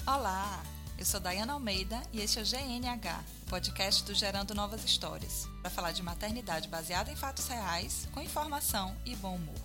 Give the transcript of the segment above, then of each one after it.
Olá, eu sou Dayana Almeida e este é o GNH, o podcast do Gerando Novas Histórias, para falar de maternidade baseada em fatos reais, com informação e bom humor.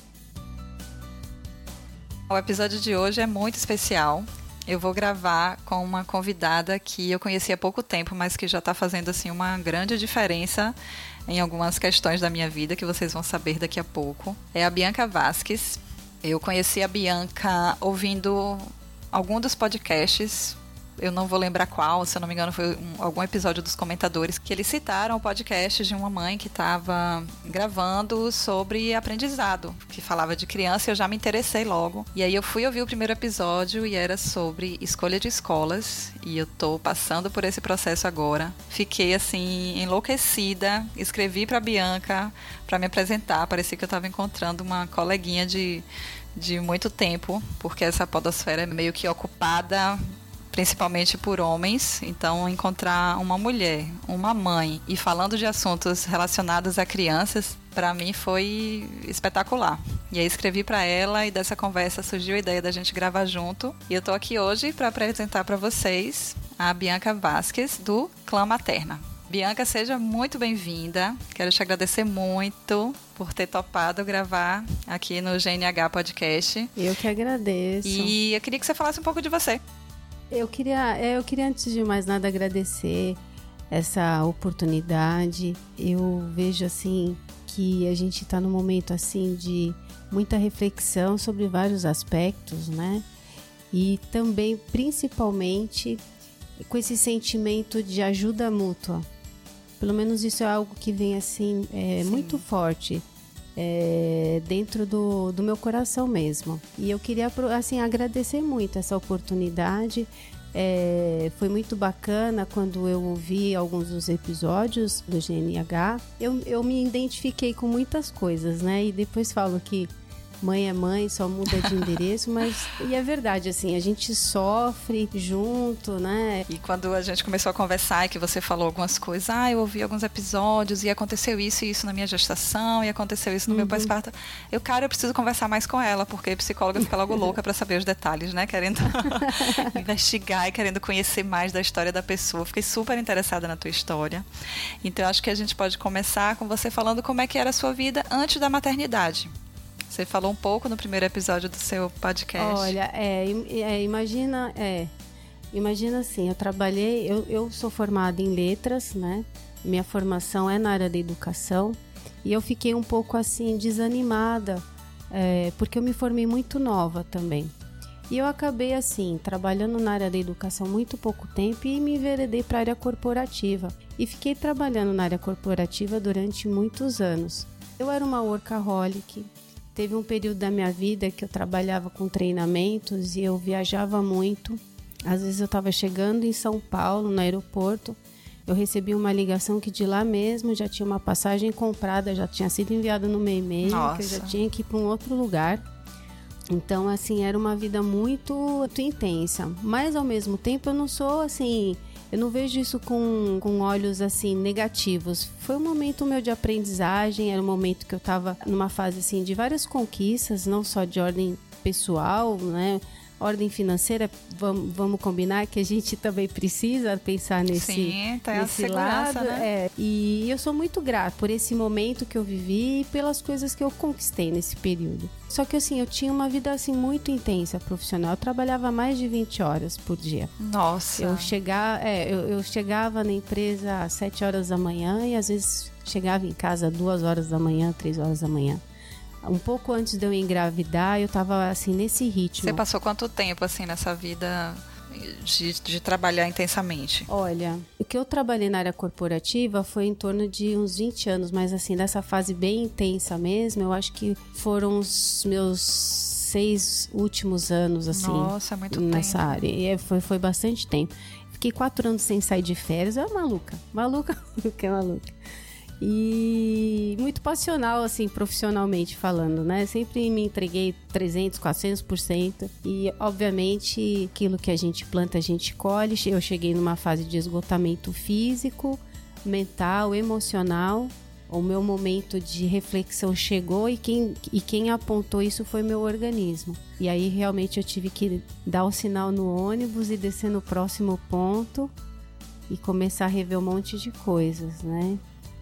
O episódio de hoje é muito especial. Eu vou gravar com uma convidada que eu conheci há pouco tempo, mas que já está fazendo assim, uma grande diferença em algumas questões da minha vida, que vocês vão saber daqui a pouco. É a Bianca Vasques. Eu conheci a Bianca ouvindo algum dos podcasts, eu não vou lembrar qual, se eu não me engano foi algum episódio dos comentadores, que eles citaram o podcast de uma mãe que estava gravando sobre aprendizado, que falava de criança, e eu já me interessei logo. E aí eu fui ouvir o primeiro episódio e era sobre escolha de escolas, e eu tô passando por esse processo agora. Fiquei assim, enlouquecida, escrevi pra Bianca para me apresentar, parecia que eu estava encontrando uma coleguinha de muito tempo, porque essa podosfera é meio que ocupada principalmente por homens, então encontrar uma mulher, uma mãe e falando de assuntos relacionados a crianças, para mim foi espetacular. E aí escrevi para ela e dessa conversa surgiu a ideia da gente gravar junto. E eu tô aqui hoje para apresentar para vocês a Bianca Vasques, do Clã Materna. Bianca, seja muito bem-vinda. Quero te agradecer muito por ter topado gravar aqui no GNH Podcast. Eu que agradeço. E eu queria que você falasse um pouco de você. Eu queria antes de mais nada agradecer essa oportunidade. Eu vejo assim que a gente está num momento assim de muita reflexão sobre vários aspectos, né? E também, principalmente, com esse sentimento de ajuda mútua. Pelo menos isso é algo que vem assim muito forte dentro do meu coração mesmo. E eu queria assim, agradecer muito essa oportunidade. Foi muito bacana quando eu ouvi alguns dos episódios do GNH. Eu me identifiquei com muitas coisas, né? E depois falo que mãe é mãe, só muda de endereço, e é verdade, assim, a gente sofre junto, né? E quando a gente começou a conversar e que você falou algumas coisas, eu ouvi alguns episódios e aconteceu isso e isso na minha gestação e aconteceu isso no meu pós-parto, eu preciso conversar mais com ela, porque a psicóloga fica logo louca para saber os detalhes, né? Querendo investigar e querendo conhecer mais da história da pessoa. Fiquei super interessada na tua história. Então, acho que a gente pode começar com você falando como é que era a sua vida antes da maternidade. Você falou um pouco no primeiro episódio do seu podcast. Olha, imagina assim, eu sou formada em letras, né? Minha formação é na área da educação e eu fiquei um pouco assim desanimada, porque eu me formei muito nova também. E eu acabei assim, trabalhando na área da educação muito pouco tempo e me enveredei para a área corporativa. E fiquei trabalhando na área corporativa durante muitos anos. Eu era uma workaholic. Teve um período da minha vida que eu trabalhava com treinamentos e eu viajava muito. Às vezes eu estava chegando em São Paulo, no aeroporto, eu recebi uma ligação que de lá mesmo já tinha uma passagem comprada, já tinha sido enviada no meu e-mail, que eu já tinha que ir para um outro lugar. Então, assim, era uma vida muito, muito intensa. Mas, ao mesmo tempo, eu não sou, assim... Eu não vejo isso com olhos, assim, negativos. Foi um momento meu de aprendizagem, era um momento que eu estava numa fase, assim, de várias conquistas, não só de ordem pessoal, né? Ordem financeira, vamos combinar que a gente também precisa pensar nesse lado, né? E eu sou muito grata por esse momento que eu vivi e pelas coisas que eu conquistei nesse período. Só que assim, eu tinha uma vida assim muito intensa profissional. Eu trabalhava mais de 20 horas por dia. Nossa! Eu chegava na empresa às 7 horas da manhã e às vezes chegava em casa às 2 horas da manhã, 3 horas da manhã. Um pouco antes de eu engravidar, eu tava assim nesse ritmo. Você passou quanto tempo assim nessa vida de trabalhar intensamente? Olha, o que eu trabalhei na área corporativa foi em torno de uns 20 anos, mas assim, dessa fase bem intensa mesmo, eu acho que foram os meus 6 últimos anos, assim. Nossa, muito nessa tempo. área. E foi bastante tempo. Fiquei 4 anos sem sair de férias, eu era maluca. E muito passional, assim, profissionalmente falando, né? Sempre me entreguei 300%, 400%. E, obviamente, aquilo que a gente planta, a gente colhe. Eu cheguei numa fase de esgotamento físico, mental, emocional. o meu momento de reflexão chegou e quem apontou isso foi meu organismo. E aí realmente eu tive que dar o sinal no ônibus e descer no próximo ponto e começar a rever um monte de coisas, né?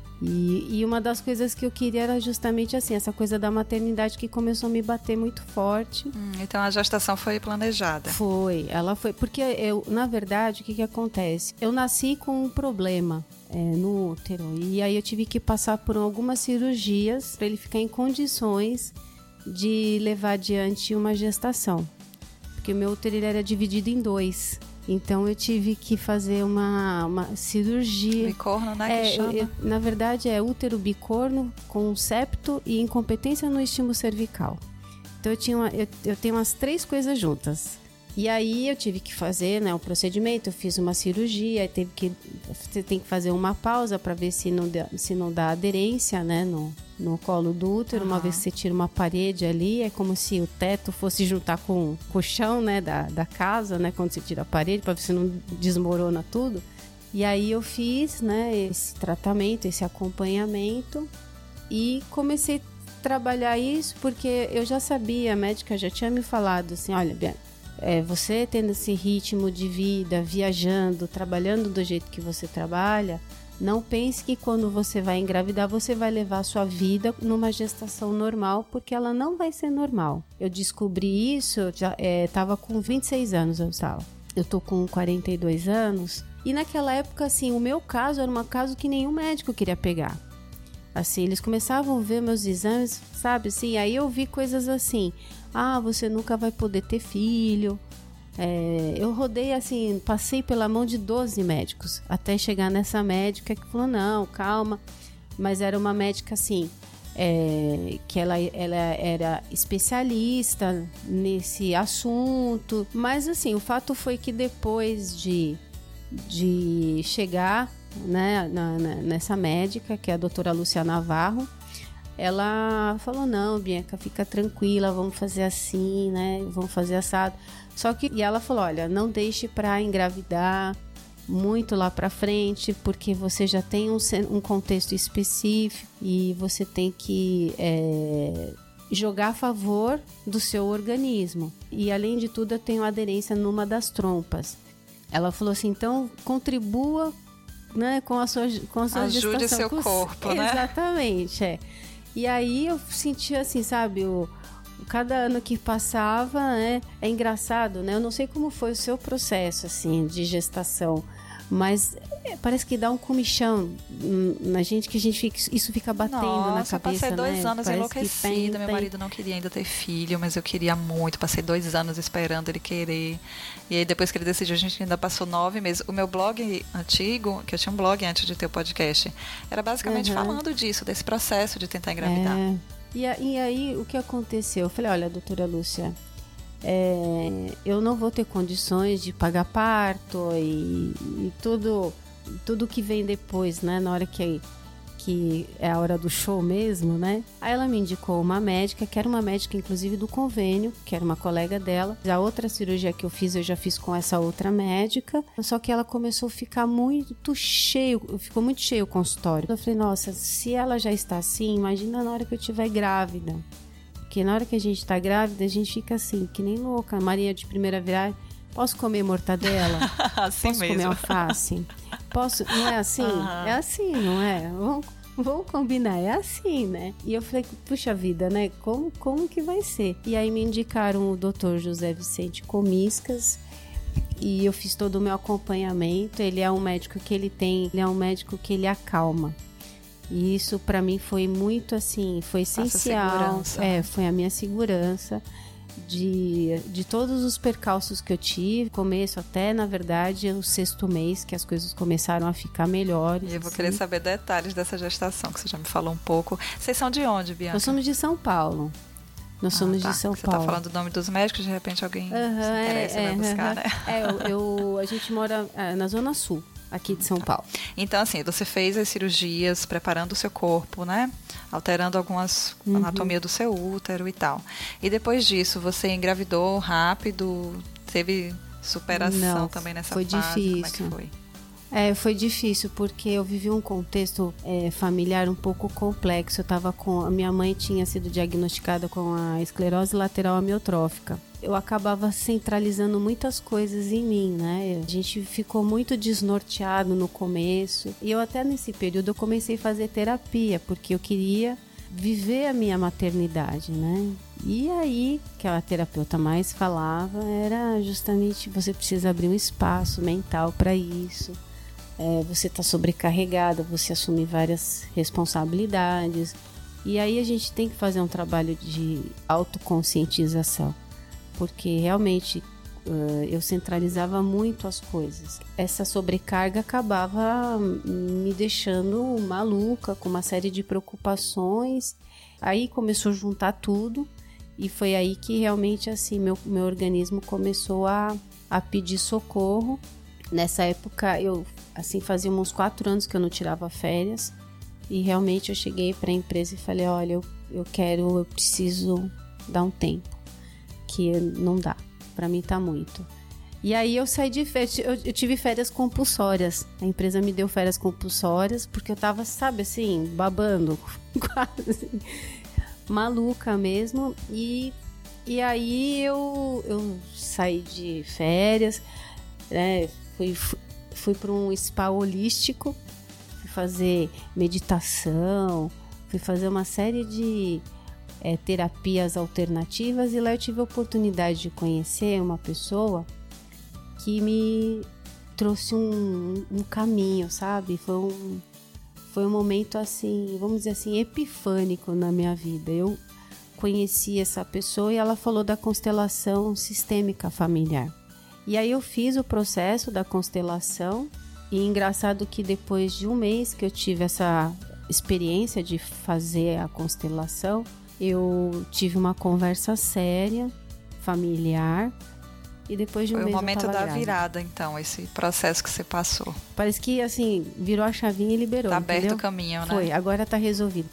E uma das coisas que eu queria era justamente assim, essa coisa da maternidade que começou a me bater muito forte. Então a gestação foi planejada? Ela foi, porque na verdade, o que acontece? Eu nasci com um problema no útero, e aí eu tive que passar por algumas cirurgias para ele ficar em condições de levar adiante uma gestação, porque o meu útero ele era dividido em 2. Então eu tive que fazer uma cirurgia. Bicorno, né? Que chama? Na verdade é útero bicorno com septo e incompetência no estímulo cervical. Então eu tenho umas 3 coisas juntas. E aí eu tive que fazer, né, o procedimento, eu fiz uma cirurgia, aí você tem que fazer uma pausa para ver se não dá aderência, né, no colo do útero. Uma vez que você tira uma parede ali, é como se o teto fosse juntar com o chão, né, da casa, né, quando você tira a parede, para ver se não desmorona tudo. E aí eu fiz, né, esse tratamento, esse acompanhamento e comecei a trabalhar isso porque eu já sabia, a médica já tinha me falado assim, olha, Bianca, você tendo esse ritmo de vida, viajando, trabalhando do jeito que você trabalha, não pense que quando você vai engravidar, você vai levar a sua vida numa gestação normal, porque ela não vai ser normal. Eu descobri isso, já estava com 26 anos, eu tô com 42 anos, e naquela época, assim, o meu caso era um caso que nenhum médico queria pegar. Assim, eles começavam a ver meus exames, sabe, assim, aí eu vi coisas assim, você nunca vai poder ter filho. Eu rodei assim, passei pela mão de 12 médicos, até chegar nessa médica que falou, não, calma, mas era uma médica assim, que ela era especialista nesse assunto, mas assim, o fato foi que depois de chegar, né, nessa médica, que é a doutora Lúcia Navarro, ela falou, não, Bianca, fica tranquila, vamos fazer assim, né, vamos fazer assado. E ela falou, olha, não deixe para engravidar muito lá para frente, porque você já tem um contexto específico e você tem que jogar a favor do seu organismo. E além de tudo, eu tenho aderência numa das trompas. Ela falou assim, então contribua, né, com a sua gestação. Ajude seu corpo, né? Exatamente, E aí eu senti assim, sabe, cada ano que passava, né, é engraçado, né? Eu não sei como foi o seu processo, assim, de gestação, mas parece que dá um comichão na gente, que isso fica batendo na cabeça, eu passei 2 né? anos enlouquecida, meu marido não queria ainda ter filho, mas eu queria muito, passei 2 anos esperando ele querer, e aí depois que ele decidiu, a gente ainda passou 9 meses. O meu blog antigo, que eu tinha um blog antes de ter o podcast, era basicamente falando disso, desse processo de tentar engravidar. E aí, o que aconteceu? Eu falei, olha, doutora Lúcia, eu não vou ter condições de pagar parto e tudo que vem depois, né? Na hora que é a hora do show mesmo, né? Aí ela me indicou uma médica, que era uma médica, inclusive, do convênio, que era uma colega dela. A outra cirurgia que eu já fiz com essa outra médica, só que ela começou a ficar muito cheio, ficou muito cheio o consultório. Eu falei, nossa, se ela já está assim, imagina na hora que eu estiver grávida. Porque na hora que a gente está grávida, a gente fica assim, que nem louca. Maria de primeira viagem, posso comer mortadela? Assim posso mesmo. comer alface? Posso? Não é assim? É assim, não é? Vamos combinar, é assim, né? E eu falei, puxa vida, né? Como que vai ser? E aí me indicaram o Dr. José Vicente Comiscas, e eu fiz todo o meu acompanhamento. Ele é um médico que ele acalma. E isso para mim foi muito assim, foi essencial. Foi a minha segurança de todos os percalços que eu tive, começo até, na verdade, o 6º mês, que as coisas começaram a ficar melhores. E eu vou querer saber detalhes dessa gestação, que você já me falou um pouco. Vocês são de onde, Bianca? Nós somos de São Paulo. De São Você Paulo. Você tá falando o nome dos médicos, de repente alguém se interessa e vai buscar, né? A gente mora na Zona Sul, aqui de São Paulo. Então, assim, você fez as cirurgias preparando o seu corpo, né? Alterando algumas anatomia do seu útero e tal. E depois disso, você engravidou rápido? Teve superação também nessa foi fase? Difícil. Como é que foi? Foi difícil, porque eu vivi um contexto familiar um pouco complexo. A minha mãe tinha sido diagnosticada com a esclerose lateral amiotrófica. Eu acabava centralizando muitas coisas em mim, né? A gente ficou muito desnorteado no começo. E eu até nesse período eu comecei a fazer terapia, porque eu queria viver a minha maternidade, né? E aí, que a terapeuta mais falava era justamente você precisa abrir um espaço mental para isso. Você está sobrecarregada, você assume várias responsabilidades. E aí a gente tem que fazer um trabalho de autoconscientização, porque realmente eu centralizava muito as coisas. Essa sobrecarga acabava me deixando maluca, com uma série de preocupações. Aí começou a juntar tudo e foi aí que realmente assim meu organismo começou a pedir socorro. Nessa época fazia uns 4 anos que eu não tirava férias e realmente eu cheguei para a empresa e falei, olha, eu preciso dar um tempo, que não dá, para mim tá muito. E aí eu saí de férias, eu tive férias compulsórias, a empresa me deu férias compulsórias porque eu tava, sabe assim, babando, quase maluca mesmo, e aí eu saí de férias, né? Fui para um spa holístico, fui fazer meditação, fui fazer uma série de terapias alternativas e lá eu tive a oportunidade de conhecer uma pessoa que me trouxe um caminho, sabe? Foi um momento assim, vamos dizer assim, epifânico na minha vida. Eu conheci essa pessoa e ela falou da constelação sistêmica familiar. E aí eu fiz o processo da constelação e engraçado que depois de um mês que eu tive essa experiência de fazer a constelação, eu tive uma conversa séria, familiar, e depois de um mês eu tava grávida. Foi o momento da virada, então, esse processo que você passou. Parece que, assim, virou a chavinha e liberou, tá aberto entendeu? O caminho, né? Foi, agora tá resolvido.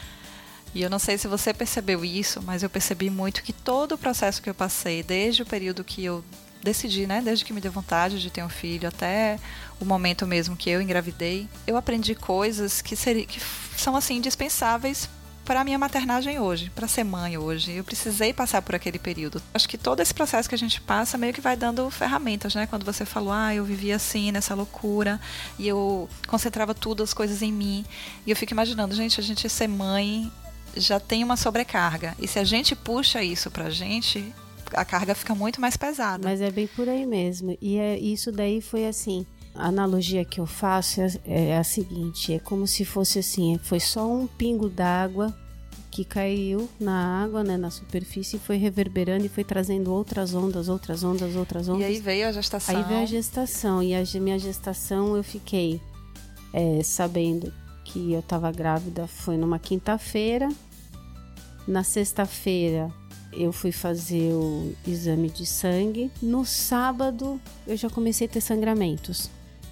E eu não sei se você percebeu isso, mas eu percebi muito que todo o processo que eu passei, desde o período que eu decidi, né, desde que me deu vontade de ter um filho até o momento mesmo que eu engravidei, eu aprendi coisas que são assim indispensáveis para a minha maternagem hoje, para ser mãe hoje. Eu precisei passar por aquele período. Acho que todo esse processo que a gente passa meio que vai dando ferramentas, né? Quando você falou, eu vivia assim, nessa loucura, e eu concentrava tudo, as coisas em mim, e eu fico imaginando, gente, a gente ser mãe já tem uma sobrecarga, e se a gente puxa isso pra gente, a carga fica muito mais pesada. Mas é bem por aí mesmo. E isso daí foi assim, a analogia que eu faço é a seguinte, é como se fosse assim, foi só um pingo d'água que caiu na água, né, na superfície, e foi reverberando e foi trazendo outras ondas. E aí veio a gestação. Aí veio a gestação, e a minha gestação eu fiquei sabendo que eu estava grávida, foi numa quinta-feira. Na sexta-feira eu fui fazer o exame de sangue. No sábado eu já comecei a ter sangramentos.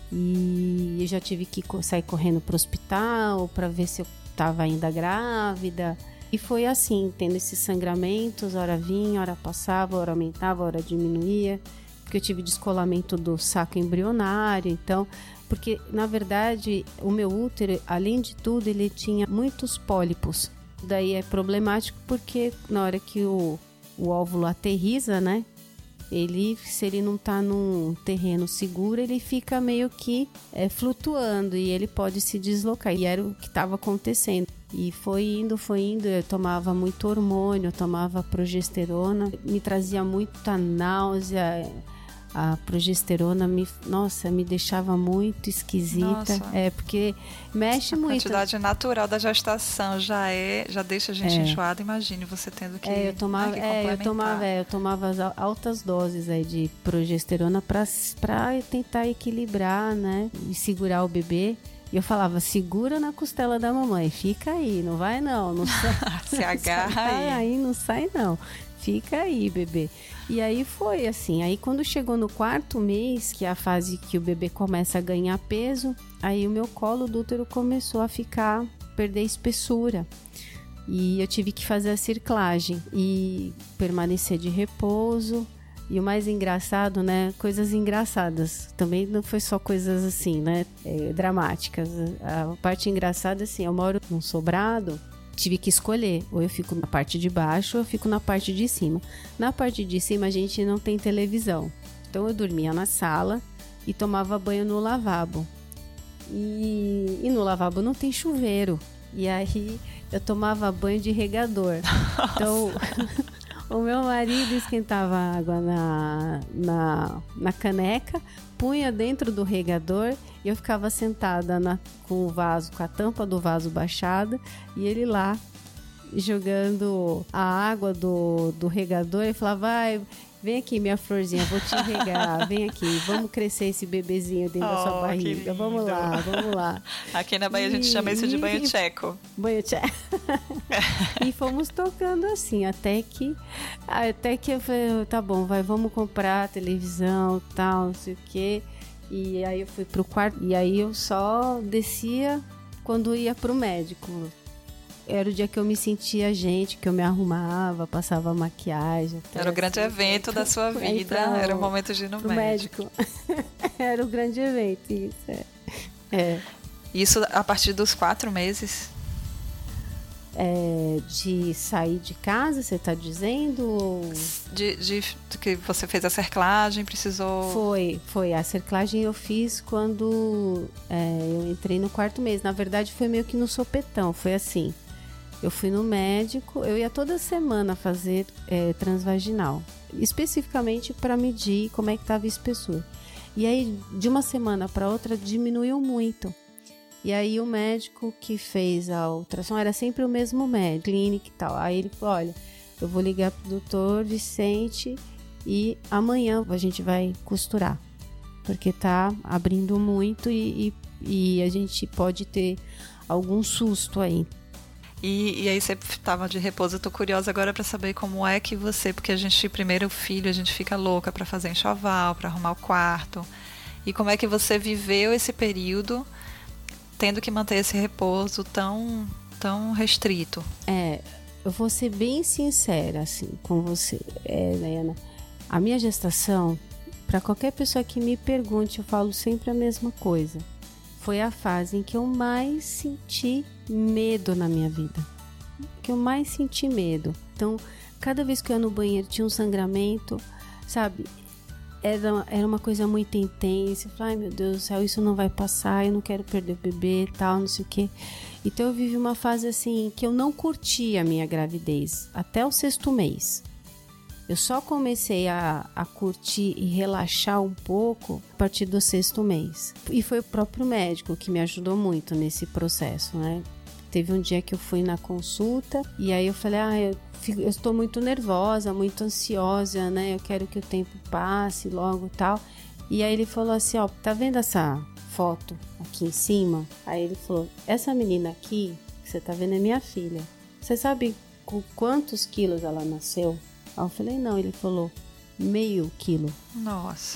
E eu já tive que sair correndo pro hospital para ver se eu estava ainda grávida. E foi assim, tendo esses sangramentos, hora vinha, hora passava, hora aumentava, hora diminuía. Porque eu tive descolamento do saco embrionário, então... Porque, na verdade, o meu útero, além de tudo, ele tinha muitos pólipos. Daí é problemático porque na hora que o óvulo aterriza, né? Se ele não tá num terreno seguro, ele fica meio que flutuando e ele pode se deslocar. E era o que estava acontecendo. E foi indo, eu tomava muito hormônio, eu tomava progesterona, me trazia muita náusea. A progesterona me deixava muito esquisita. Nossa. Porque mexe muito. A quantidade natural da gestação já deixa a gente enjoada. Imagine você tendo que eu tomava altas doses de progesterona para tentar equilibrar, né? E segurar o bebê. E eu falava, segura na costela da mamãe, fica aí, não vai não sai, se agarra aí, não sai não, fica aí, bebê. E aí foi assim, aí quando chegou no 4º mês, que é a fase que o bebê começa a ganhar peso, aí o meu colo do útero começou a perder espessura. E eu tive que fazer a circlagem e permanecer de repouso E o mais engraçado, né? Coisas engraçadas. Também não foi só coisas assim, né? Dramáticas. A parte engraçada, assim, eu moro num sobrado, tive que escolher. Ou eu fico na parte de baixo ou eu fico na parte de cima. Na parte de cima a gente não tem televisão. Então eu dormia na sala e tomava banho no lavabo. E no lavabo não tem chuveiro. E aí eu tomava banho de regador. Então... O meu marido esquentava água na caneca, punha dentro do regador e eu ficava sentada com o vaso, com a tampa do vaso baixada, e ele lá jogando a água do regador e falava: vai, vem aqui minha florzinha, vou te regar, vem aqui, vamos crescer esse bebezinho dentro da sua barriga, vamos lá. Aqui na Bahia a gente chama isso de banho tcheco. Banho tcheco. E fomos tocando assim, até que eu falei, tá bom, vamos comprar televisão, tal, não sei o quê. E aí eu fui pro quarto, e aí eu só descia quando ia pro médico. Era o dia que eu me sentia gente, que eu me arrumava, passava maquiagem. Era o grande evento da sua vida, era o momento de ir no médico. Era o grande evento, isso. Isso a partir dos 4 meses? De sair de casa, você está dizendo? De que você fez a cerclagem, precisou... Foi. A cerclagem eu fiz quando eu entrei no 4º mês. Na verdade, foi meio que no sopetão, foi assim. Eu fui no médico, eu ia toda semana fazer transvaginal, especificamente para medir como é que estava a espessura. E aí, de uma semana para outra, diminuiu muito. E aí, o médico que fez a ultrassom era sempre o mesmo médico, clínica e tal. Aí ele falou, olha, eu vou ligar pro doutor Vicente e amanhã a gente vai costurar, porque tá abrindo muito e a gente pode ter algum susto aí. E aí você estava de repouso, eu tô curiosa agora para saber como é que você, porque a gente, primeiro filho, a gente fica louca para fazer enxoval, para arrumar o quarto, e como é que você viveu esse período tendo que manter esse repouso tão restrito? Eu vou ser bem sincera assim com você, Diana. A minha gestação, para qualquer pessoa que me pergunte, eu falo sempre a mesma coisa. Foi a fase em que eu mais senti medo na minha vida. Que eu mais senti medo. Então, cada vez que eu ia no banheiro tinha um sangramento, sabe? Era uma coisa muito intensa. Eu falei, ai meu Deus do céu, isso não vai passar, eu não quero perder o bebê e tal, não sei o quê. Então eu vivi uma fase assim que eu não curti a minha gravidez até o 6º mês. Eu só comecei a curtir e relaxar um pouco a partir do 6º mês. E foi o próprio médico que me ajudou muito nesse processo, né? Teve um dia que eu fui na consulta e aí eu falei, eu estou muito nervosa, muito ansiosa, né? Eu quero que o tempo passe logo e tal. E aí ele falou assim, tá vendo essa foto aqui em cima? Aí ele falou, essa menina aqui, que você tá vendo, é minha filha. Você sabe com quantos quilos ela nasceu? Aí eu falei, não. Ele falou, meio quilo. Nossa.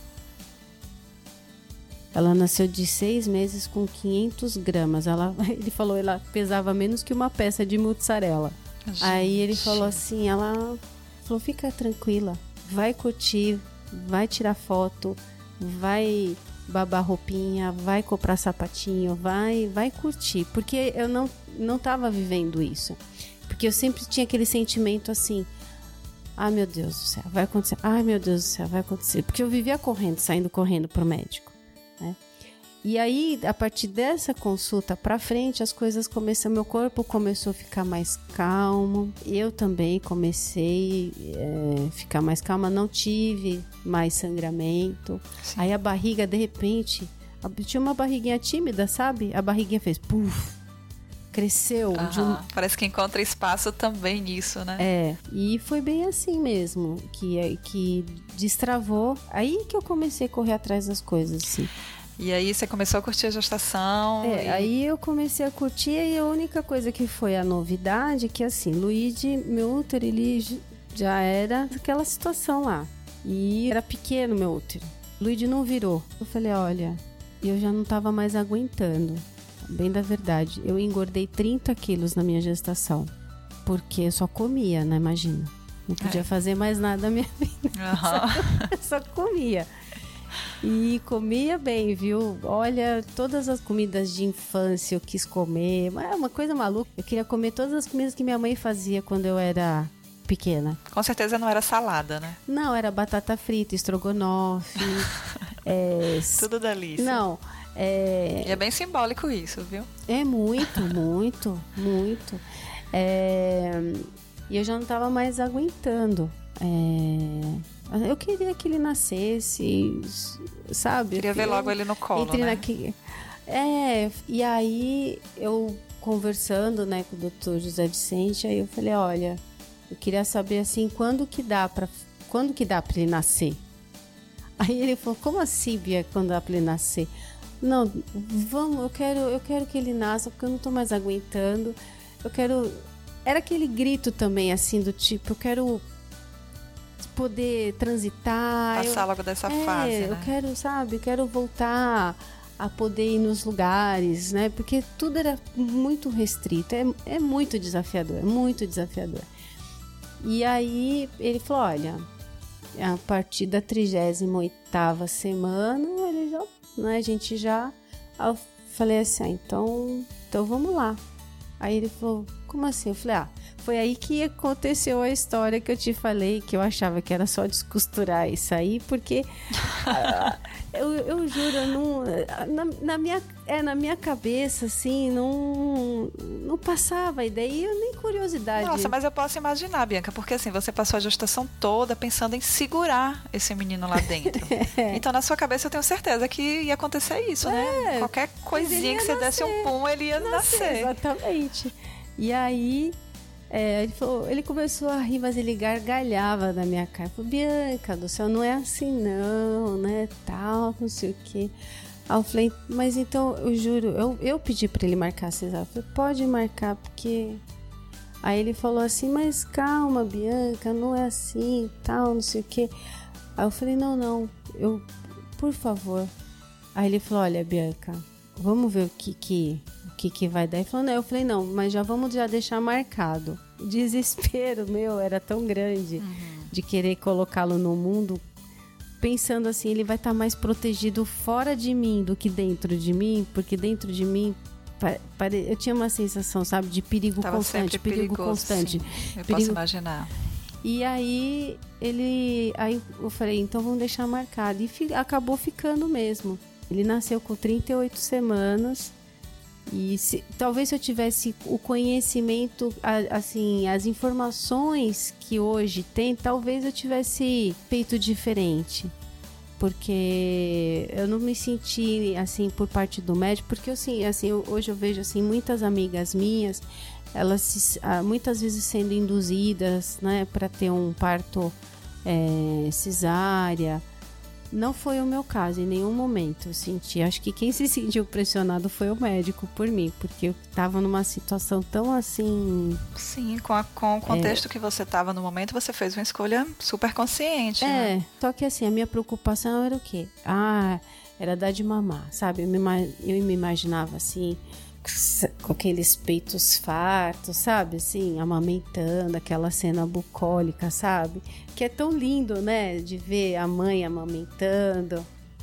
Ela nasceu de 6 meses com 500 gramas. Ele falou, ela pesava menos que uma peça de mussarela. Gente. Aí ele falou assim, ela falou, fica tranquila, vai curtir, vai tirar foto, vai babar roupinha, vai comprar sapatinho, vai curtir. Porque eu não tava vivendo isso. Porque eu sempre tinha aquele sentimento assim, ai meu Deus do céu, vai acontecer, ai meu Deus do céu, vai acontecer. Porque eu vivia saindo correndo pro médico, né? E aí, a partir dessa consulta pra frente, as coisas começaram, meu corpo começou a ficar mais calmo, eu também comecei a ficar mais calma, não tive mais sangramento. Sim. Aí a barriga, de repente, tinha uma barriguinha tímida, sabe? A barriguinha fez puf, cresceu. Parece que encontra espaço também nisso, né? E foi bem assim mesmo, que destravou. Aí que eu comecei a correr atrás das coisas, assim. E aí você começou a curtir a gestação? Aí eu comecei a curtir e a única coisa que foi a novidade é que assim, Luigi, meu útero, ele já era aquela situação lá. E era pequeno meu útero. Luigi não virou. Eu falei, olha, eu já não tava mais aguentando. Bem da verdade, eu engordei 30 quilos na minha gestação. Porque eu só comia, né, imagina. Não podia fazer mais nada na minha vida. Só comia. E comia bem, viu? Olha, todas as comidas de infância eu quis comer. É uma coisa maluca. Eu queria comer todas as comidas que minha mãe fazia quando eu era pequena. Com certeza não era salada, né? Não, era batata frita, estrogonofe. Tudo delícia. Não. E é bem simbólico isso, viu? É muito, muito, muito. E eu já não estava mais aguentando. Eu queria que ele nascesse, sabe? Queria ver logo ele no colo, né? E aí eu conversando, né, com o Dr. José Vicente, aí eu falei, olha, eu queria saber assim, quando que dá para ele nascer? Aí ele falou, como assim, Bia, quando dá para ele nascer? Não, vamos, eu quero que ele nasça, porque eu não tô mais aguentando. Era aquele grito também, assim, do tipo, eu quero poder transitar. Passar logo dessa fase, né? Eu quero voltar a poder ir nos lugares, né? Porque tudo era muito restrito, é muito desafiador, E aí ele falou, olha, a partir da 38ª semana, ele já, né, a gente já... Eu falei assim, então vamos lá. Aí ele falou, como assim? Eu falei, foi aí que aconteceu a história que eu te falei, que eu achava que era só descosturar isso aí, porque eu juro, na minha cabeça, assim, não passava a ideia, e nem curiosidade. Nossa, mas eu posso imaginar, Bianca, porque assim, você passou a gestação toda pensando em segurar esse menino lá dentro. Então, na sua cabeça, eu tenho certeza que ia acontecer isso, né? Qualquer coisinha que você desse um pum, ele ia nascer. Exatamente. E aí... ele começou a rir, mas ele gargalhava da minha cara. Falei, Bianca do céu, não é assim não, né, tal, não sei o quê. Aí eu falei, mas então, eu juro, eu pedi pra ele marcar a cesárea. Eu falei, pode marcar, porque... Aí ele falou assim, mas calma, Bianca, não é assim, tal, não sei o quê. Aí eu falei, não, por favor. Aí ele falou, olha, Bianca, vamos ver o que vai dar. Ele falou, não, eu falei, não, mas vamos deixar marcado. O desespero meu era tão grande de querer colocá-lo no mundo, pensando assim, ele vai estar mais protegido fora de mim do que dentro de mim, porque dentro de mim eu tinha uma sensação, sabe, de perigo constante, Sim, eu posso imaginar. E aí eu falei, então vamos deixar marcado. E acabou ficando mesmo. Ele nasceu com 38 semanas. E talvez se eu tivesse o conhecimento, assim, as informações que hoje tem, talvez eu tivesse feito diferente. Porque eu não me senti, assim, por parte do médico, porque assim, hoje eu vejo, assim, muitas amigas minhas, elas muitas vezes sendo induzidas, né, para ter um parto cesárea. Não foi o meu caso, em nenhum momento eu senti. Acho que quem se sentiu pressionado foi o médico por mim, porque eu estava numa situação tão assim... Sim, com o contexto que você estava no momento, você fez uma escolha super consciente, né? Só que assim, a minha preocupação era o quê? Era dar de mamar, sabe? Eu me imaginava assim, com aqueles peitos fartos, sabe? Assim, amamentando, aquela cena bucólica, sabe? Que é tão lindo, né? De ver a mãe amamentando.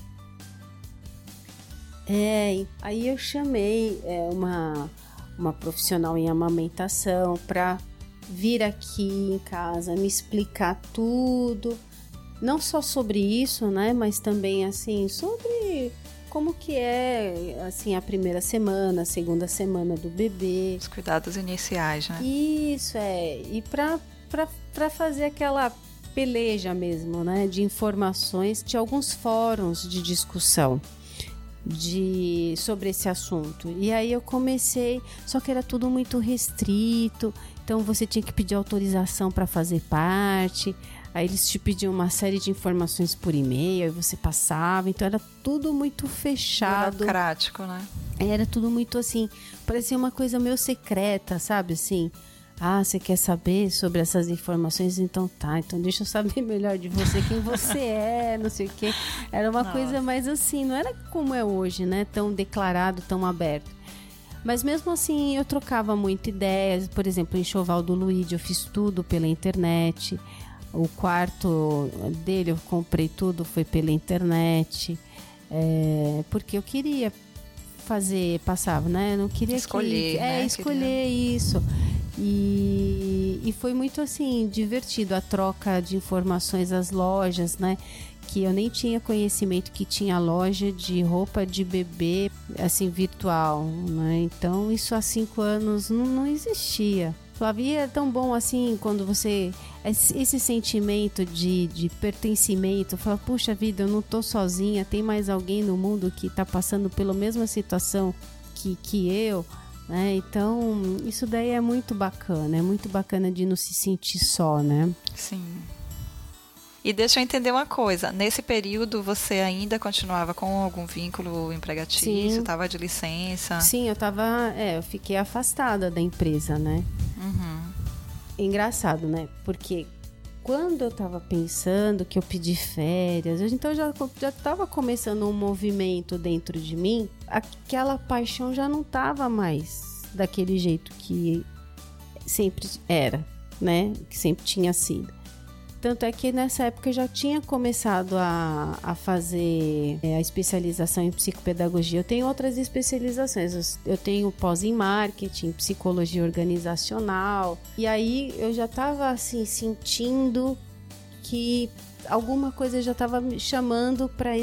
Aí eu chamei uma profissional em amamentação para vir aqui em casa me explicar tudo. Não só sobre isso, né? Mas também, assim, sobre... como que é, assim, a primeira semana, a segunda semana do bebê. Os cuidados iniciais, né? Isso, e pra fazer aquela peleja mesmo, né, de informações, de alguns fóruns de discussão sobre esse assunto. E aí eu comecei, só que era tudo muito restrito, então você tinha que pedir autorização para fazer parte. Aí eles te pediam uma série de informações por e-mail, aí você passava, então era tudo muito fechado. Burocrático, né? Era tudo muito assim, parecia uma coisa meio secreta, sabe, assim... você quer saber sobre essas informações? Então então deixa eu saber melhor de você, quem você é, não sei o quê. Era uma coisa mais assim, não era como é hoje, né? Tão declarado, tão aberto. Mas mesmo assim eu trocava muito ideias. Por exemplo, o enxoval do Luigi eu fiz tudo pela internet. O quarto dele eu comprei tudo, foi pela internet. Porque eu queria passava, né? Eu não queria escolher, né? Escolher isso. E foi muito assim, divertido a troca de informações às lojas, né? Que eu nem tinha conhecimento que tinha loja de roupa de bebê, assim, virtual, né? Então, isso há 5 anos não existia. Flávia, é tão bom assim, quando você... Esse sentimento de pertencimento, fala, puxa vida, eu não tô sozinha, tem mais alguém no mundo que tá passando pela mesma situação que eu, né? Então, isso daí é muito bacana de não se sentir só, né? Sim. E deixa eu entender uma coisa, nesse período você ainda continuava com algum vínculo empregatício, estava de licença? Sim, eu fiquei afastada da empresa, né? Uhum. Engraçado, né? Porque quando eu tava pensando que eu pedi férias, então já tava começando um movimento dentro de mim, aquela paixão já não tava mais daquele jeito que sempre era, né? Que sempre tinha sido. Tanto é que nessa época eu já tinha começado a fazer a especialização em psicopedagogia. Eu tenho outras especializações. Eu tenho pós em marketing, psicologia organizacional. E aí eu já estava assim, sentindo que alguma coisa já estava me chamando para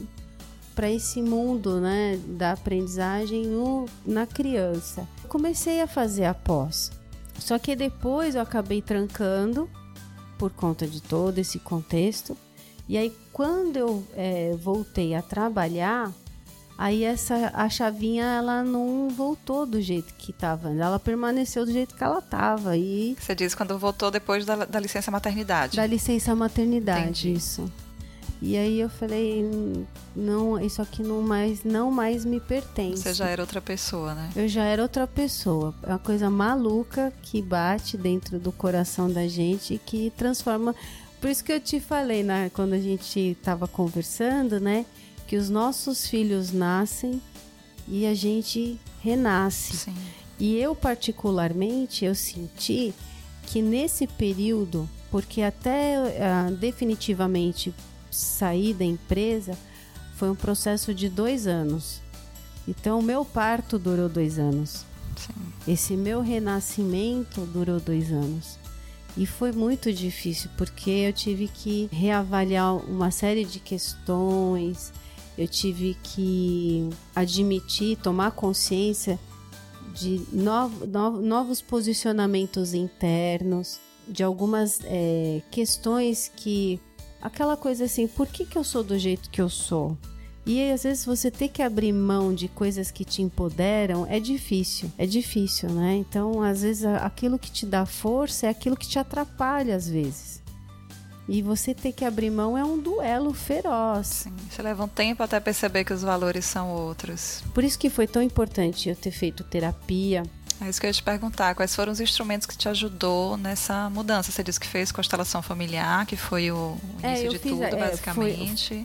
esse mundo, né, da aprendizagem na criança. Comecei a fazer a pós. Só que depois eu acabei trancando por conta de todo esse contexto. E aí, quando eu voltei a trabalhar, aí a chavinha, ela não voltou do jeito que estava. Ela permaneceu do jeito que ela estava. Você diz quando voltou depois da licença maternidade? Da licença maternidade, entendi. Isso. E aí eu falei, não, isso aqui não mais me pertence. Você já era outra pessoa, né? Eu já era outra pessoa. É uma coisa maluca que bate dentro do coração da gente e que transforma... Por isso que eu te falei, né, quando a gente estava conversando, né? Que os nossos filhos nascem e a gente renasce. Sim. E eu, particularmente, eu senti que nesse período, porque até definitivamente sair da empresa foi um processo de 2 anos. Então o meu parto durou 2 anos. Sim. Esse meu renascimento durou 2 anos. E foi muito difícil porque eu tive que reavaliar uma série de questões, eu tive que admitir, tomar consciência de novos posicionamentos internos, de algumas questões que... Aquela coisa assim, por que eu sou do jeito que eu sou? E aí, às vezes você ter que abrir mão de coisas que te empoderam é difícil, né? Então, às vezes, aquilo que te dá força é aquilo que te atrapalha, às vezes. E você ter que abrir mão é um duelo feroz. Sim, você leva um tempo até perceber que os valores são outros. Por isso que foi tão importante eu ter feito terapia. É isso que eu ia te perguntar, quais foram os instrumentos que te ajudou nessa mudança? Você disse que fez constelação familiar, que foi o início de tudo, basicamente.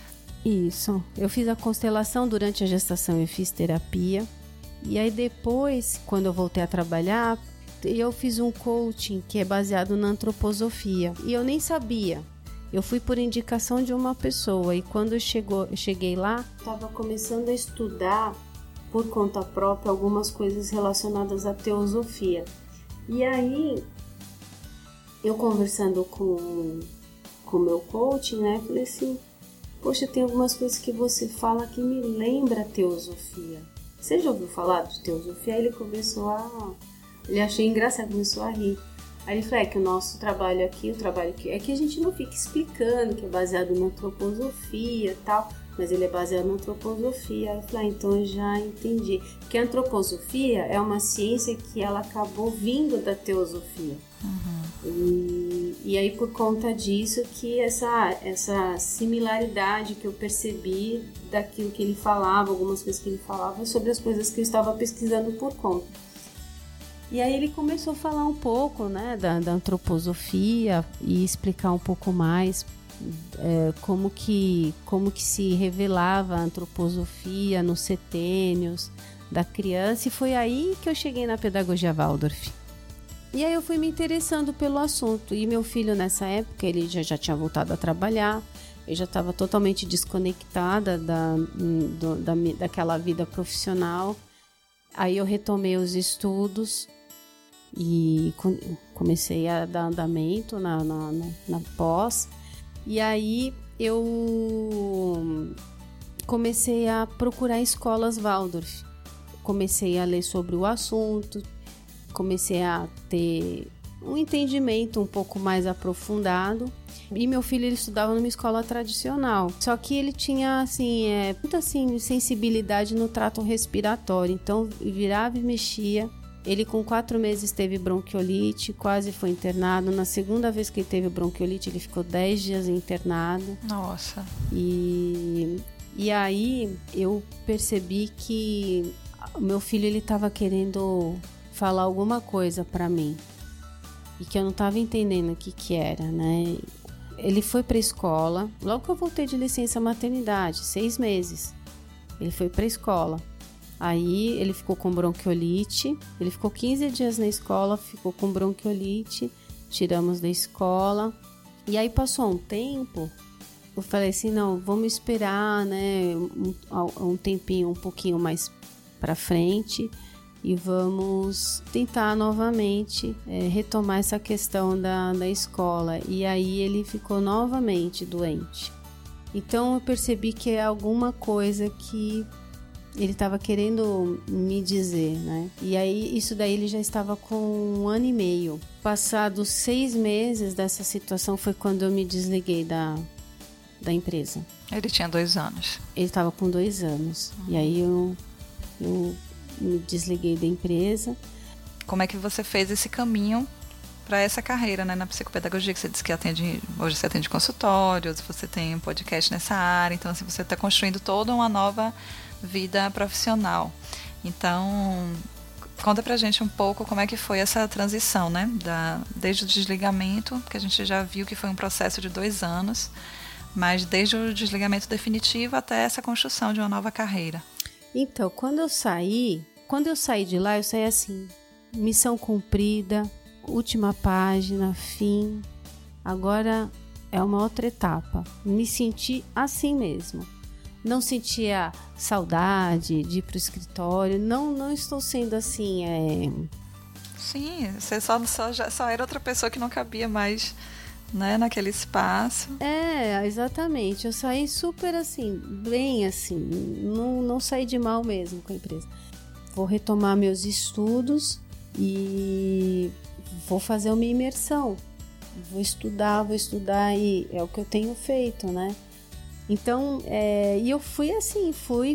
Isso, eu fiz a constelação durante a gestação, eu fiz terapia. E aí depois, quando eu voltei a trabalhar, eu fiz um coaching que é baseado na antroposofia. E eu nem sabia. Eu fui por indicação de uma pessoa. E quando eu cheguei lá, estava começando a estudar por conta própria algumas coisas relacionadas à teosofia. E aí, eu conversando com o meu coach, né, falei assim, poxa, tem algumas coisas que você fala que me lembra a teosofia. Você já ouviu falar de teosofia? Aí ele achou engraçado, começou a rir. Aí ele falou, que o nosso trabalho aqui, é que a gente não fica explicando que é baseado na antroposofia e tal, mas ele é baseado na antroposofia. Aí eu falei, então eu já entendi. Porque a antroposofia é uma ciência que ela acabou vindo da teosofia. Uhum. E aí por conta disso que essa similaridade que eu percebi daquilo que ele falava, algumas coisas que ele falava, sobre as coisas que eu estava pesquisando por conta. E aí ele começou a falar um pouco, né, da antroposofia e explicar um pouco mais como que se revelava a antroposofia nos setênios, da criança, e foi aí que eu cheguei na pedagogia Waldorf. E aí eu fui me interessando pelo assunto, e meu filho nessa época, ele já tinha voltado a trabalhar, eu já estava totalmente desconectada daquela vida profissional. Aí eu retomei os estudos e comecei a dar andamento na pós, e aí eu comecei a procurar escolas Waldorf, comecei a ler sobre o assunto, comecei a ter um entendimento um pouco mais aprofundado. E meu filho, ele estudava numa escola tradicional, só que ele tinha muita sensibilidade no trato respiratório, então virava e mexia. Ele com 4 meses teve bronquiolite, quase foi internado. Na segunda vez que ele teve bronquiolite, ele ficou 10 dias internado. Nossa. E aí eu percebi que o meu filho, ele estava querendo falar alguma coisa para mim e que eu não estava entendendo o que era, né? Ele foi para a escola, logo que eu voltei de licença maternidade, 6 meses, ele foi para a escola. Aí ele ficou com bronquiolite, ele ficou 15 dias na escola, ficou com bronquiolite, tiramos da escola. E aí passou um tempo, eu falei assim, não, vamos esperar, né, um tempinho um pouquinho mais para frente e vamos tentar novamente retomar essa questão da escola. E aí ele ficou novamente doente. Então eu percebi que é alguma coisa que ele estava querendo me dizer, né? E aí isso daí ele já estava com 1 ano e meio. Passados 6 meses dessa situação foi quando eu me desliguei da empresa. Ele tinha 2 anos. Ele estava com 2 anos. E aí eu me desliguei da empresa. Como é que você fez esse caminho para essa carreira, né, na psicopedagogia, que você disse que hoje você atende consultórios, você tem um podcast nessa área, então assim, você está construindo toda uma nova vida profissional. Então, conta pra gente um pouco como é que foi essa transição, né, desde o desligamento, que a gente já viu que foi um processo de 2 anos, mas desde o desligamento definitivo até essa construção de uma nova carreira. Então, quando eu saí de lá, eu saí assim, missão cumprida, última página, fim. Agora é uma outra etapa. Me senti assim mesmo. Não sentia saudade de ir pro escritório. Não estou sendo assim. Sim, você só era outra pessoa que não cabia mais, né, naquele espaço. Exatamente. Eu saí super assim, bem assim. Não saí de mal mesmo com a empresa. Vou retomar meus estudos e vou fazer uma imersão. Vou estudar e é o que eu tenho feito, né? Então, e eu fui assim, fui.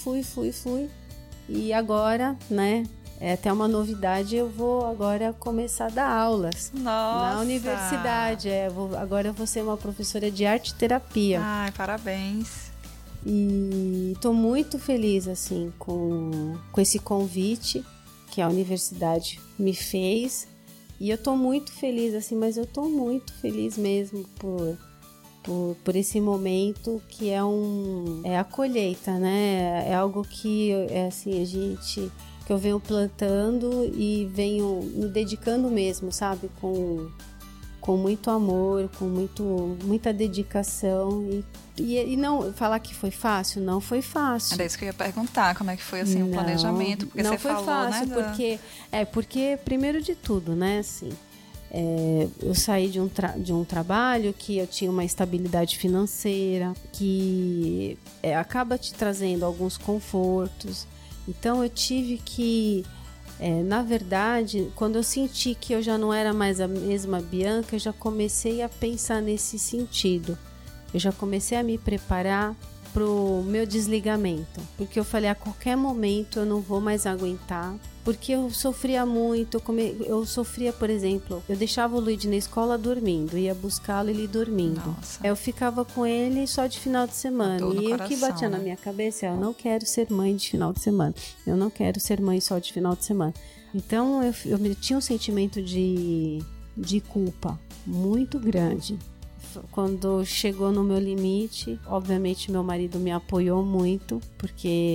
E agora, né? É até uma novidade, eu vou agora começar a dar aulas. Nossa. Na universidade. Agora eu vou ser uma professora de arte terapia. Ai, parabéns. E estou muito feliz assim com esse convite que a universidade me fez. E eu estou muito feliz assim, mas eu estou muito feliz mesmo por esse momento que é a colheita, né? É algo que assim, que eu venho plantando e venho me dedicando mesmo, sabe? Com muito amor, com muita dedicação e não falar que foi fácil, não foi fácil. Era isso que eu ia perguntar, como é que foi assim o planejamento, porque não você foi falou, fácil, né? Porque primeiro de tudo, né, assim, eu saí de um trabalho que eu tinha uma estabilidade financeira, que acaba te trazendo alguns confortos. Então eu tive que, na verdade, quando eu senti que eu já não era mais a mesma Bianca, eu já comecei a pensar nesse sentido. Eu já comecei a me preparar pro meu desligamento, porque eu falei, a qualquer momento eu não vou mais aguentar, porque eu sofria muito, eu sofria, por exemplo, eu deixava o Luigi na escola dormindo, ia buscá-lo ele dormindo. Nossa. Eu ficava com ele só de final de semana, e o que batia na minha cabeça eu não quero ser mãe de final de semana, eu não quero ser mãe só de final de semana. Então eu tinha um sentimento de culpa muito grande. Quando chegou no meu limite, obviamente meu marido me apoiou muito, porque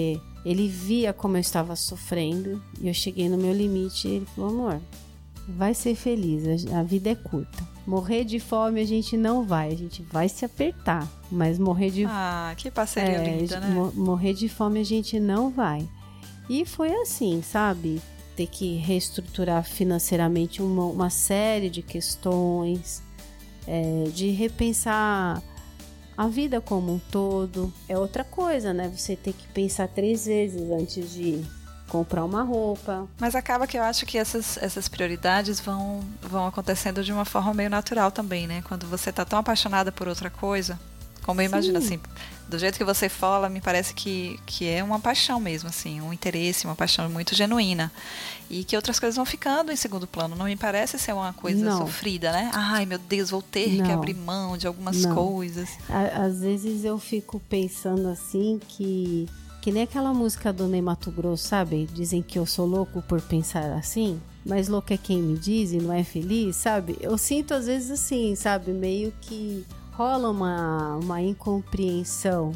Ele via como eu estava sofrendo e eu cheguei no meu limite e ele falou: amor, vai ser feliz, a vida é curta. Morrer de fome a gente não vai, a gente vai se apertar, mas morrer de... Ah, que parceria linda, né? Morrer de fome a gente não vai. E foi assim, sabe? Ter que reestruturar financeiramente uma série de questões, de repensar a vida como um todo. É outra coisa, né? Você tem que pensar 3 vezes antes de comprar uma roupa. Mas acaba que eu acho que essas prioridades vão acontecendo de uma forma meio natural também, né? Quando você tá tão apaixonada por outra coisa, como eu imagino, assim, do jeito que você fala, me parece que é uma paixão mesmo, assim, um interesse, uma paixão muito genuína. E que outras coisas vão ficando em segundo plano. Não me parece ser uma coisa sofrida, né? Ai, meu Deus, vou ter que abrir mão de algumas coisas. Às vezes eu fico pensando assim que nem aquela música do Ney Matogrosso, sabe? Dizem que eu sou louco por pensar assim, mas louco é quem me diz e não é feliz, sabe? Eu sinto às vezes assim, sabe? Meio que rola uma incompreensão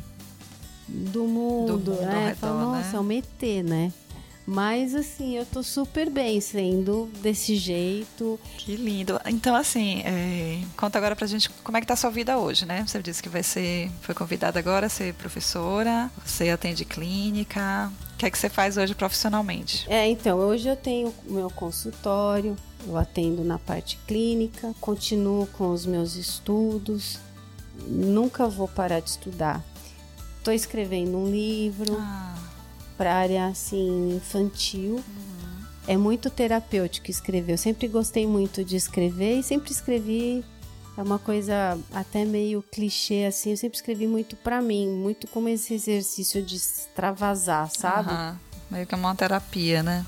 do mundo, né? Fala, nossa, é um ET, né? Mas assim, eu tô super bem sendo desse jeito. Que lindo. Então assim, conta agora pra gente como é que tá a sua vida hoje, né? Você disse que foi convidada agora a ser professora, você atende clínica. O que é que você faz hoje profissionalmente? Então, hoje eu tenho o meu consultório, eu atendo na parte clínica, continuo com os meus estudos, nunca vou parar de estudar. Tô escrevendo um livro para área assim infantil. É muito terapêutico escrever. Eu sempre gostei muito de escrever e sempre escrevi, é uma coisa até meio clichê assim, eu sempre escrevi muito para mim, muito como esse exercício de extravasar, sabe? Meio que uma terapia, né?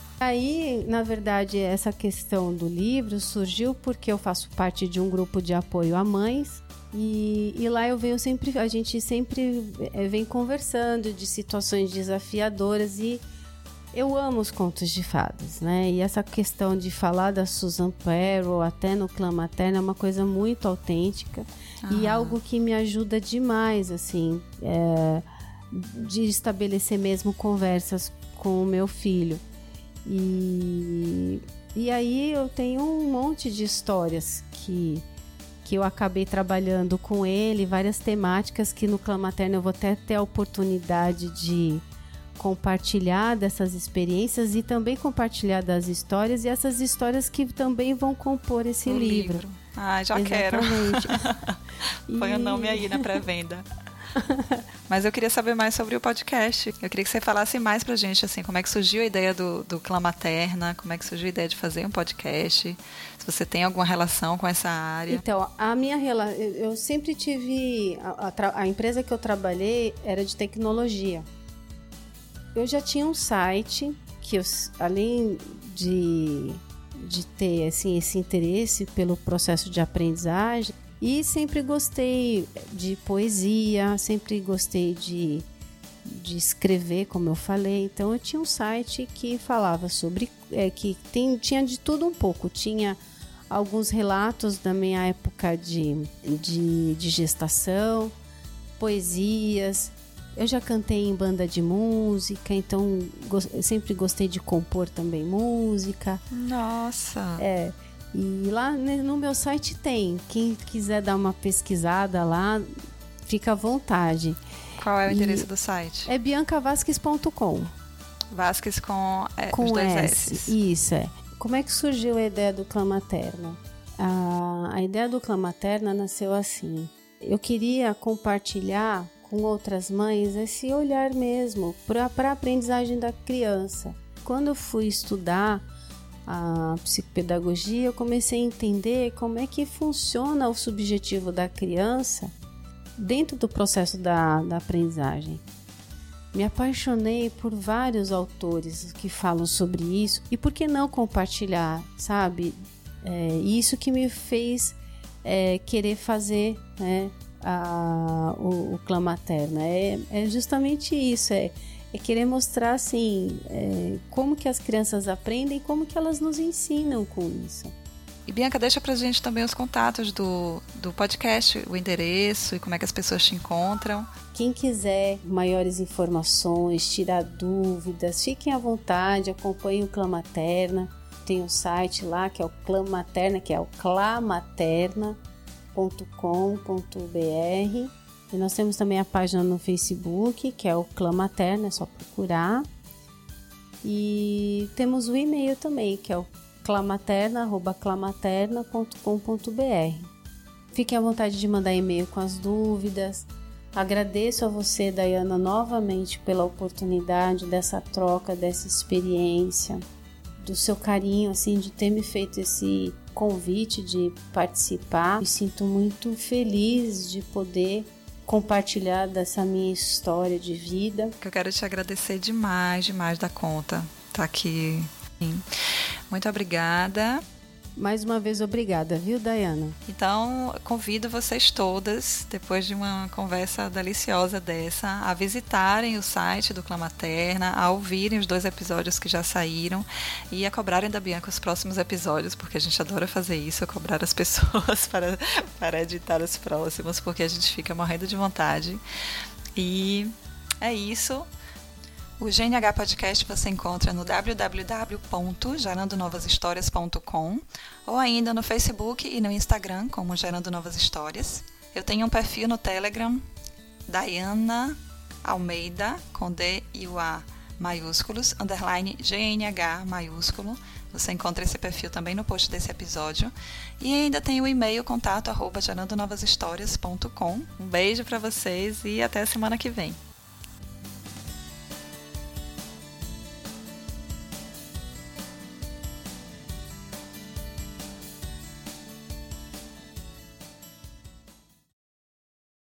Aí, na verdade, essa questão do livro surgiu porque eu faço parte de um grupo de apoio a mães. E lá a gente sempre vem conversando de situações desafiadoras e eu amo os contos de fadas, né? E essa questão de falar da Susan Farrell até no Clã Materno é uma coisa muito autêntica e algo que me ajuda demais, assim, de estabelecer mesmo conversas com o meu filho. E aí eu tenho um monte de histórias que eu acabei trabalhando com ele, várias temáticas que no Clã Materno eu vou até ter a oportunidade de compartilhar dessas experiências e também compartilhar das histórias, e essas histórias que também vão compor esse livro. Já Exatamente. Quero. Põe o nome aí na pré-venda. Mas eu queria saber mais sobre o podcast. Eu queria que você falasse mais pra gente, assim, como é que surgiu a ideia do Clã Materna, como é que surgiu a ideia de fazer um podcast, se você tem alguma relação com essa área. Então, eu sempre tive... A empresa que eu trabalhei era de tecnologia. Eu já tinha um site que eu, além de ter assim, esse interesse pelo processo de aprendizagem, e sempre gostei de poesia, sempre gostei de escrever, como eu falei. Então eu tinha um site que falava sobre... tinha de tudo um pouco. Tinha alguns relatos da minha época de gestação, poesias. Eu já cantei em banda de música, então eu sempre gostei de compor também música. Nossa! E lá no meu site tem. Quem quiser dar uma pesquisada lá, fica à vontade. Qual é o endereço do site? É biancavasques.com. Vasques com os 2 S. S. Isso, Como é que surgiu a ideia do Clã Materna? A ideia do Clã Materna nasceu assim. Eu queria compartilhar com outras mães esse olhar mesmo para a aprendizagem da criança. Quando eu fui estudar a psicopedagogia, eu comecei a entender como é que funciona o subjetivo da criança dentro do processo da aprendizagem. Me apaixonei por vários autores que falam sobre isso, e por que não compartilhar, sabe? Isso que me fez querer fazer, né, o Clã Materna. É justamente isso, querer mostrar assim, como que as crianças aprendem e como que elas nos ensinam com isso. E Bianca, deixa pra gente também os contatos do podcast, o endereço e como é que as pessoas te encontram. Quem quiser maiores informações, tirar dúvidas, fiquem à vontade, acompanhem o Clã Materna. Tem um site lá que é o Clã Materna, que é o clamaterna.com.br. E nós temos também a página no Facebook, que é o Clã Materna, é só procurar. E temos o e-mail também, que é o clamaterna@clamaterna.com.br. Fiquem à vontade de mandar e-mail com as dúvidas. Agradeço a você, Dayana, novamente pela oportunidade dessa troca, dessa experiência, do seu carinho, assim, de ter me feito esse convite de participar. Me sinto muito feliz de poder compartilhar dessa minha história de vida. Eu quero te agradecer demais da conta. Tá aqui. Muito obrigada. Mais uma vez, obrigada, viu, Dayana? Então, convido vocês todas, depois de uma conversa deliciosa dessa, a visitarem o site do Clã Materna, a ouvirem os 2 episódios que já saíram e a cobrarem da Bianca os próximos episódios, porque a gente adora fazer isso, cobrar as pessoas para editar os próximos, porque a gente fica morrendo de vontade. E é isso. O GNH Podcast você encontra no www.gerandonovashistorias.com ou ainda no Facebook e no Instagram como Gerando Novas Histórias. Eu tenho um perfil no Telegram, Dayana Almeida, com D e o A maiúsculos, _ GNH maiúsculo. Você encontra esse perfil também no post desse episódio. E ainda tem o e-mail contato@gerandonovashistorias.com. Um beijo para vocês e até a semana que vem.